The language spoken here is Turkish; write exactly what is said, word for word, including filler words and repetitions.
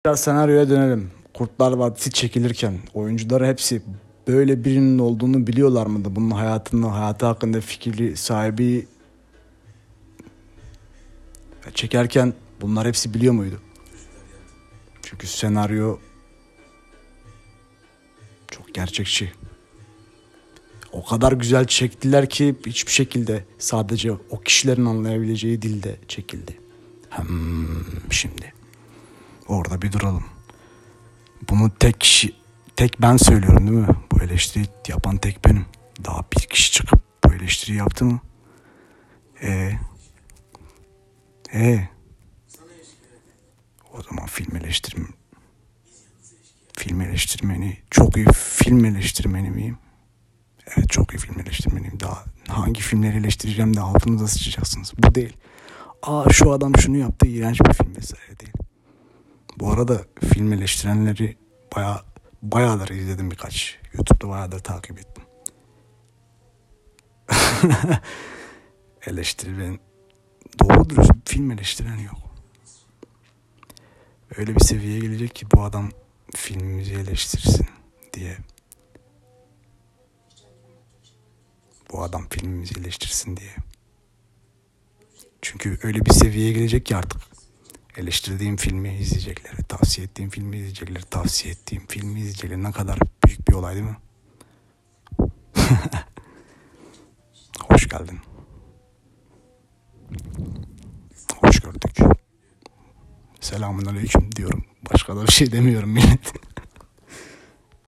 Biraz senaryoya dönelim. Kurtlar Vadisi çekilirken oyuncuları hepsi böyle birinin olduğunu biliyorlar mıydı? Bunun hayatını, hayatı hakkında fikri sahibi çekerken bunlar hepsi biliyor muydu? Çünkü senaryo çok gerçekçi. O kadar güzel çektiler ki hiçbir şekilde sadece o kişilerin anlayabileceği dilde çekildi. Hmm, şimdi orada bir duralım. Bunu tek kişi, tek ben söylüyorum değil mi? Bu eleştiri yapan tek benim. Daha bir kişi çıkıp bu eleştiri yaptı mı? E, e. O zaman film eleştirim, film eleştirmeni, çok iyi film eleştirmeni miyim? Evet, çok iyi film eleştirmeniyim. Daha hangi filmleri eleştireceğim de altınıza sıçacaksınız. Bu değil. Aa, şu adam şunu yaptı, iğrenç bir film vesaire değil. Bu arada film eleştirenleri baya bayağıdır izledim birkaç. YouTube'da bayağıdır takip ettim. Eleştirilen doğru dürüst film eleştiren yok. Öyle bir seviyeye gelecek ki bu adam filmimizi eleştirsin diye. Bu adam filmimizi eleştirsin diye. Çünkü öyle bir seviyeye gelecek ki artık eleştirdiğim filmi izleyecekler, tavsiye ettiğim filmi izleyecekler, tavsiye ettiğim filmi izleyecekler. Ne kadar büyük bir olay değil mi? Hoş geldin. Hoş gördük. Selamun aleyküm diyorum. Başka da bir şey demiyorum millet.